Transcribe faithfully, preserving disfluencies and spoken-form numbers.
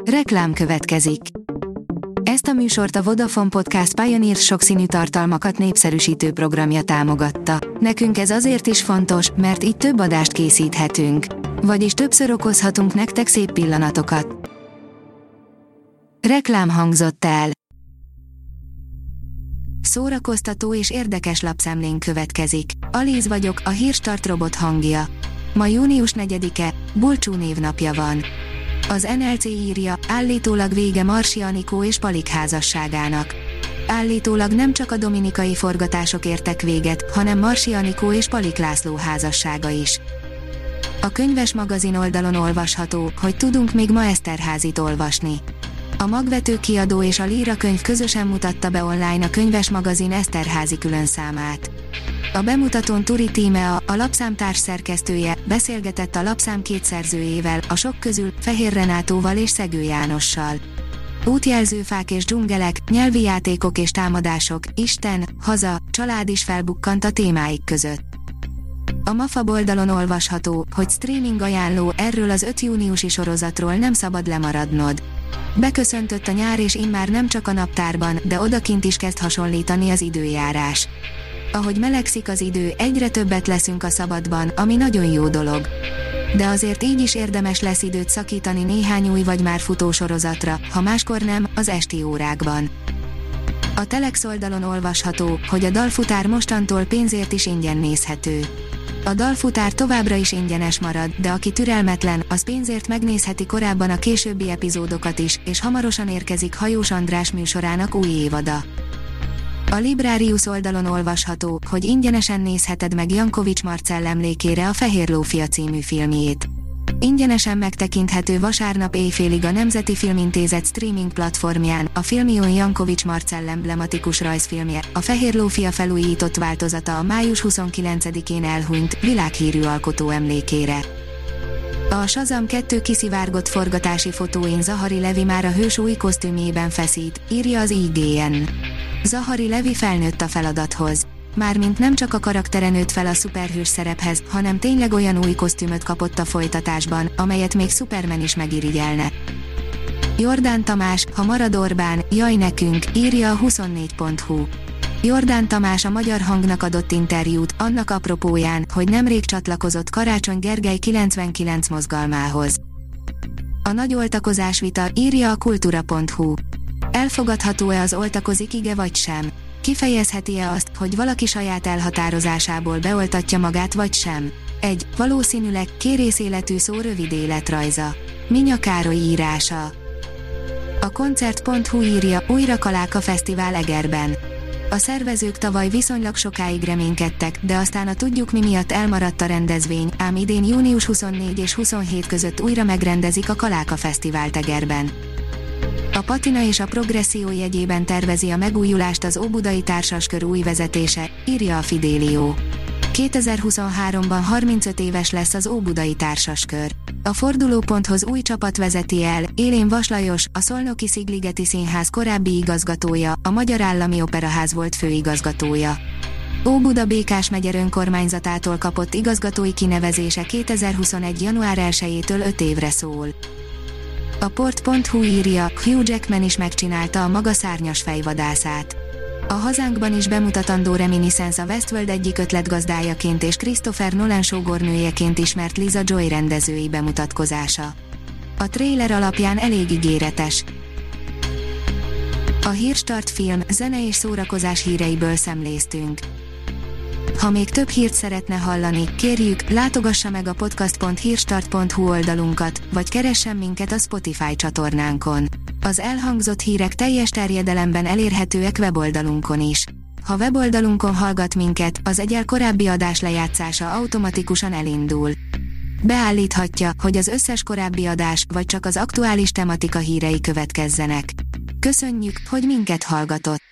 Reklám következik. Ezt a műsort a Vodafone Podcast Pioneer sokszínű tartalmakat népszerűsítő programja támogatta. Nekünk ez azért is fontos, mert így több adást készíthetünk. Vagyis többször okozhatunk nektek szép pillanatokat. Reklám hangzott el. Szórakoztató és érdekes lapszemlénk következik. Alíz vagyok, a Hírstart robot hangja. Ma június negyedike, Bulcsú névnapja van. Az en el cé írja, állítólag vége Marsi Anikó és Palik házasságának. Állítólag nem csak a dominikai forgatások értek véget, hanem Marsi Anikó és Palik László házassága is. A Könyves magazin oldalon olvasható, hogy tudunk még ma Eszterházit olvasni. A Magvető kiadó és a Líra könyv közösen mutatta be online a Könyves magazin Eszterházi különszámát. A bemutatón Turi Tímea, a lapszám társszerkesztője, beszélgetett a lapszám két szerzőjével, a sok közül Fehér Renátóval és Szegő Jánossal. Útjelzőfák és dzsungelek, nyelvi játékok és támadások, Isten, haza, család is felbukkant a témáik között. A Mafab oldalon olvasható, hogy streaming ajánló, erről az öt júniusi sorozatról nem szabad lemaradnod. Beköszöntött a nyár és immár nem csak a naptárban, de odakint is kezd hasonlítani az időjárás. Ahogy melegszik az idő, egyre többet leszünk a szabadban, ami nagyon jó dolog. De azért így is érdemes lesz időt szakítani néhány új vagy már futó sorozatra, ha máskor nem, az esti órákban. A Telex oldalon olvasható, hogy a dalfutár mostantól pénzért is ingyen nézhető. A dalfutár továbbra is ingyenes marad, de aki türelmetlen, az pénzért megnézheti korábban a későbbi epizódokat is, és hamarosan érkezik Hajós András műsorának új évada. A Librarius oldalon olvasható, hogy ingyenesen nézheted meg Jankovics Marcell emlékére a Fehér Lófia című filmjét. Ingyenesen megtekinthető vasárnap éjfélig a Nemzeti Filmintézet streaming platformján, a Filmion Jankovics Marcell emblematikus rajzfilmje, a Fehér Lófia felújított változata a május huszonkilencedikén elhunyt, világhírű alkotó emlékére. A Shazam kettő kiszivárgott forgatási fotóin Zahari Levi már a hős új kosztümjében feszít, írja az i gé en. Zahari Levi felnőtt a feladathoz. Mármint nem csak a karaktere nőtt fel a szuperhős szerephez, hanem tényleg olyan új kosztümöt kapott a folytatásban, amelyet még Superman is megirigyelne. Jordán Tamás, ha marad Orbán, jaj nekünk, írja a huszonnégy pont hu. Jordán Tamás a Magyar Hangnak adott interjút, annak apropóján, hogy nemrég csatlakozott Karácsony Gergely kilencvenkilenc mozgalmához. A nagy oltakozás vita, írja a kultúra pont hu. Elfogadható-e az oltakozik ige vagy sem? Kifejezheti-e azt, hogy valaki saját elhatározásából beoltatja magát vagy sem? egy. Valószínűleg, kérészéletű szó rövid életrajza. Minya Károly írása. A koncert pont hu írja, újra Kaláka Fesztivál Egerben. A szervezők tavaly viszonylag sokáig reménykedtek, de aztán a tudjuk mi miatt elmaradt a rendezvény, ám idén június huszonnégy és huszonhét között újra megrendezik a Kaláka Fesztivált Egerben. A patina és a progresszió jegyében tervezi a megújulást az Óbudai Társaskör új vezetése, írja a Fidelio. kétezer-huszonháromban harmincöt éves lesz az Óbudai Társaskör. A fordulóponthoz új csapat vezeti el, Élén Vas Lajos, a Szolnoki Szigligeti Színház korábbi igazgatója, a Magyar Állami Operaház volt főigazgatója. Óbuda Békás megye önkormányzatától kapott igazgatói kinevezése kétezer-huszonegy január elsejétől öt évre szól. A port pont hu írja, Hugh Jackman is megcsinálta a maga szárnyas fejvadászát. A hazánkban is bemutatandó Reminiscence a Westworld egyik ötletgazdájaként és Christopher Nolan sógornőjeként ismert Lisa Joy rendezői bemutatkozása. A trailer alapján elég ígéretes. A Hírstart film, zene és szórakozás híreiből szemléztünk. Ha még több hírt szeretne hallani, kérjük, látogassa meg a podcast pont hírstart pont hu oldalunkat, vagy keressen minket a Spotify csatornánkon. Az elhangzott hírek teljes terjedelemben elérhetőek weboldalunkon is. Ha weboldalunkon hallgat minket, az egyel korábbi adás lejátszása automatikusan elindul. Beállíthatja, hogy az összes korábbi adás, vagy csak az aktuális tematika hírei következzenek. Köszönjük, hogy minket hallgatott!